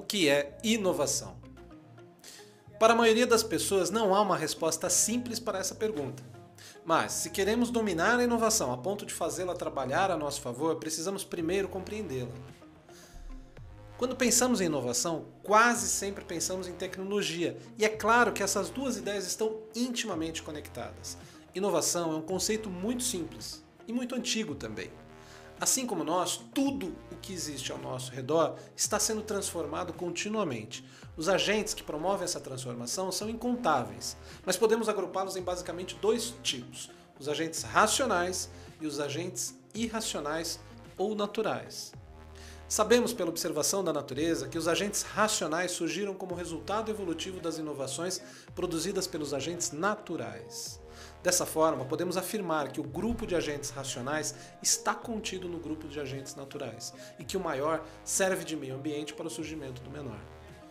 O que é inovação? Para a maioria das pessoas não há uma resposta simples para essa pergunta. Mas, se queremos dominar a inovação a ponto de fazê-la trabalhar a nosso favor, precisamos primeiro compreendê-la. Quando pensamos em inovação, quase sempre pensamos em tecnologia, e é claro que essas duas ideias estão intimamente conectadas. Inovação é um conceito muito simples e muito antigo também. Assim como nós, tudo o que existe ao nosso redor está sendo transformado continuamente. Os agentes que promovem essa transformação são incontáveis, mas podemos agrupá-los em basicamente dois tipos: os agentes racionais e os agentes irracionais ou naturais. Sabemos pela observação da natureza que os agentes racionais surgiram como resultado evolutivo das inovações produzidas pelos agentes naturais. Dessa forma, podemos afirmar que o grupo de agentes racionais está contido no grupo de agentes naturais e que o maior serve de meio ambiente para o surgimento do menor.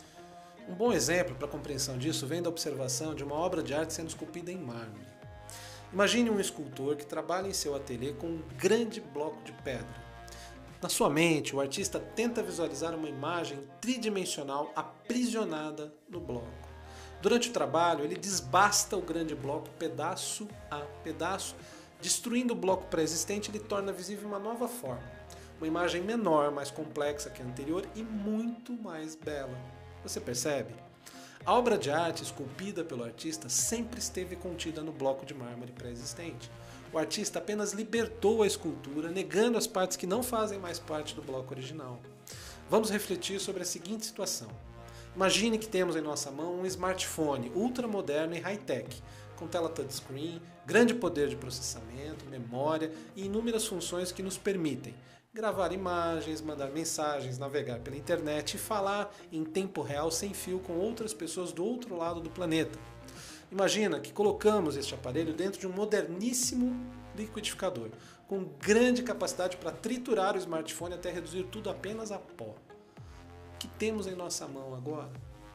Um bom exemplo para a compreensão disso vem da observação de uma obra de arte sendo esculpida em mármore. Imagine um escultor que trabalha em seu ateliê com um grande bloco de pedra. Na sua mente, o artista tenta visualizar uma imagem tridimensional aprisionada no bloco. Durante o trabalho, ele desbasta o grande bloco pedaço a pedaço, destruindo o bloco pré-existente, ele torna visível uma nova forma. Uma imagem menor, mais complexa que a anterior e muito mais bela. Você percebe? A obra de arte esculpida pelo artista sempre esteve contida no bloco de mármore pré-existente. O artista apenas libertou a escultura, negando as partes que não fazem mais parte do bloco original. Vamos refletir sobre a seguinte situação. Imagine que temos em nossa mão um smartphone ultramoderno e high-tech, com tela touchscreen, grande poder de processamento, memória e inúmeras funções que nos permitem gravar imagens, mandar mensagens, navegar pela internet e falar em tempo real sem fio com outras pessoas do outro lado do planeta. Imagina que colocamos este aparelho dentro de um moderníssimo liquidificador, com grande capacidade para triturar o smartphone até reduzir tudo apenas a pó. O que temos em nossa mão agora?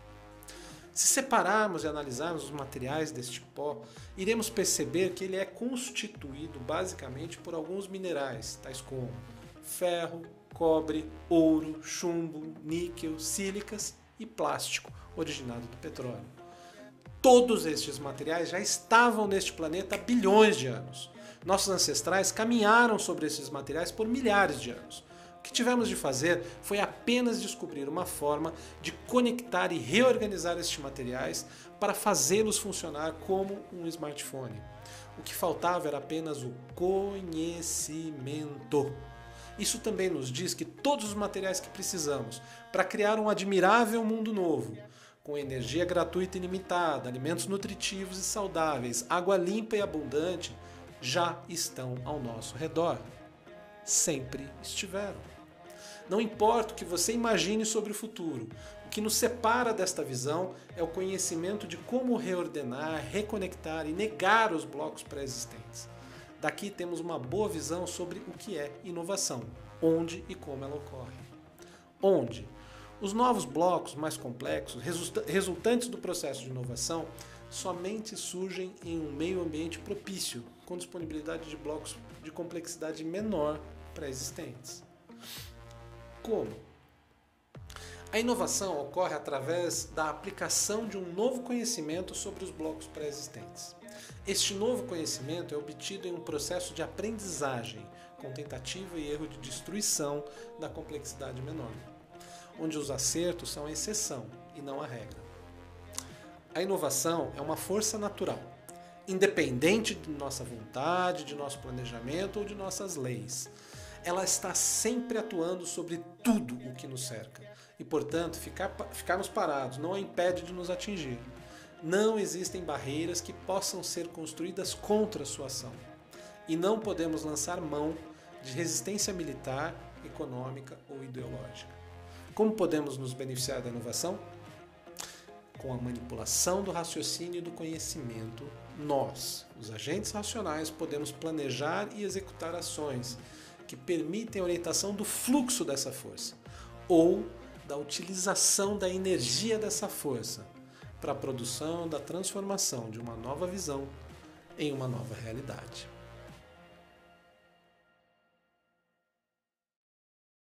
Se separarmos e analisarmos os materiais deste pó, iremos perceber que ele é constituído basicamente por alguns minerais, tais como ferro, cobre, ouro, chumbo, níquel, sílicas e plástico, originado do petróleo. Todos estes materiais já estavam neste planeta há bilhões de anos. Nossos ancestrais caminharam sobre esses materiais por milhares de anos. O que tivemos de fazer foi apenas descobrir uma forma de conectar e reorganizar estes materiais para fazê-los funcionar como um smartphone. O que faltava era apenas o conhecimento. Isso também nos diz que todos os materiais que precisamos para criar um admirável mundo novo, com energia gratuita e ilimitada, alimentos nutritivos e saudáveis, água limpa e abundante, já estão ao nosso redor. Sempre estiveram. Não importa o que você imagine sobre o futuro, o que nos separa desta visão é o conhecimento de como reordenar, reconectar e negar os blocos pré-existentes. Daqui temos uma boa visão sobre o que é inovação, onde e como ela ocorre. Onde? Os novos blocos mais complexos, resultantes do processo de inovação, somente surgem em um meio ambiente propício, com disponibilidade de blocos de complexidade menor pré-existentes. Como? A inovação ocorre através da aplicação de um novo conhecimento sobre os blocos pré-existentes. Este novo conhecimento é obtido em um processo de aprendizagem, com tentativa e erro de destruição da complexidade menor, onde os acertos são a exceção e não a regra. A inovação é uma força natural, independente de nossa vontade, de nosso planejamento ou de nossas leis. Ela está sempre atuando sobre tudo o que nos cerca e, portanto, ficarmos parados não a impede de nos atingir. Não existem barreiras que possam ser construídas contra sua ação e não podemos lançar mão de resistência militar, econômica ou ideológica. Como podemos nos beneficiar da inovação? Com a manipulação do raciocínio e do conhecimento, nós, os agentes racionais, podemos planejar e executar ações que permitem a orientação do fluxo dessa força ou da utilização da energia dessa força para a produção da transformação de uma nova visão em uma nova realidade.